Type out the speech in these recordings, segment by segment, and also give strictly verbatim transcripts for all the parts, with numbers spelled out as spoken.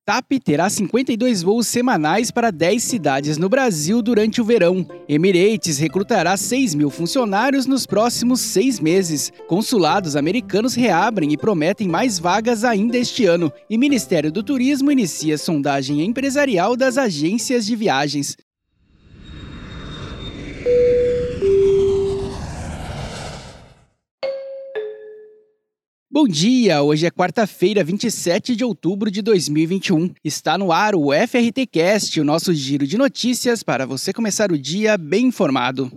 TAP terá cinquenta e dois voos semanais para dez cidades no Brasil durante o verão. Emirates recrutará seis mil funcionários nos próximos seis meses. Consulados americanos reabrem e prometem mais vagas ainda este ano. E Ministério do Turismo inicia sondagem empresarial das agências de viagens. Bom dia, hoje é quarta-feira, vinte e sete de outubro de dois mil e vinte e um. Está no ar o F R T Cast, o nosso giro de notícias para você começar o dia bem informado.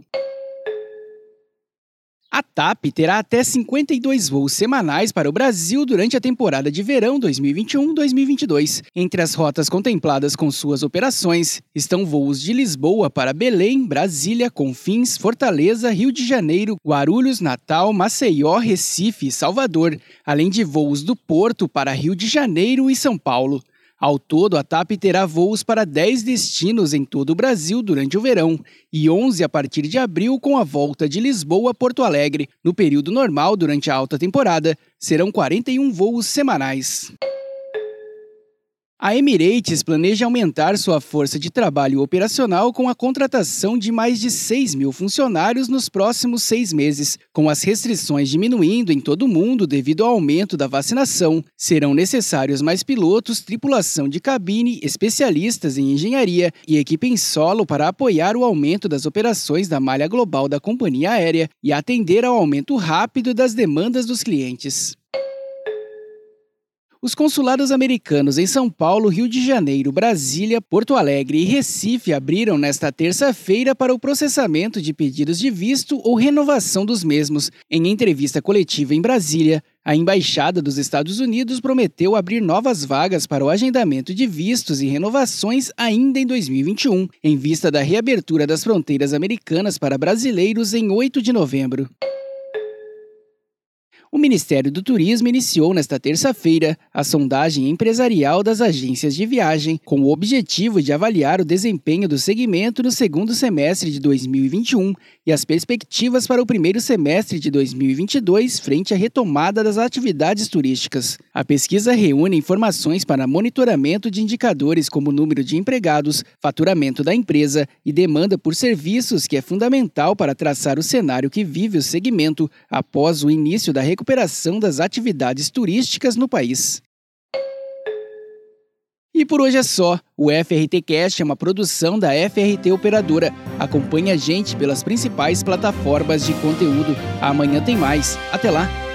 A TAP terá até cinquenta e dois voos semanais para o Brasil durante a temporada de verão dois mil e vinte e um dois mil e vinte e dois. Entre as rotas contempladas com suas operações estão voos de Lisboa para Belém, Brasília, Confins, Fortaleza, Rio de Janeiro, Guarulhos, Natal, Maceió, Recife e Salvador, além de voos do Porto para Rio de Janeiro e São Paulo. Ao todo, a TAP terá voos para dez destinos em todo o Brasil durante o verão e onze a partir de abril com a volta de Lisboa a Porto Alegre. No período normal, durante a alta temporada, serão quarenta e um voos semanais. A Emirates planeja aumentar sua força de trabalho operacional com a contratação de mais de seis mil funcionários nos próximos seis meses. Com as restrições diminuindo em todo o mundo devido ao aumento da vacinação, serão necessários mais pilotos, tripulação de cabine, especialistas em engenharia e equipe em solo para apoiar o aumento das operações da malha global da companhia aérea e atender ao aumento rápido das demandas dos clientes. Os consulados americanos em São Paulo, Rio de Janeiro, Brasília, Porto Alegre e Recife abriram nesta terça-feira para o processamento de pedidos de visto ou renovação dos mesmos. Em entrevista coletiva em Brasília, a Embaixada dos Estados Unidos prometeu abrir novas vagas para o agendamento de vistos e renovações ainda em dois mil e vinte e um, em vista da reabertura das fronteiras americanas para brasileiros em oito de novembro. O Ministério do Turismo iniciou nesta terça-feira a sondagem empresarial das agências de viagem, com o objetivo de avaliar o desempenho do segmento no segundo semestre de dois mil e vinte e um e as perspectivas para o primeiro semestre de dois mil e vinte e dois frente à retomada das atividades turísticas. A pesquisa reúne informações para monitoramento de indicadores como número de empregados, faturamento da empresa e demanda por serviços, que é fundamental para traçar o cenário que vive o segmento após o início da recuperação recuperação das atividades turísticas no país. E por hoje é só. O F R T Cast é uma produção da F R T Operadora. Acompanhe a gente pelas principais plataformas de conteúdo. Amanhã tem mais. Até lá!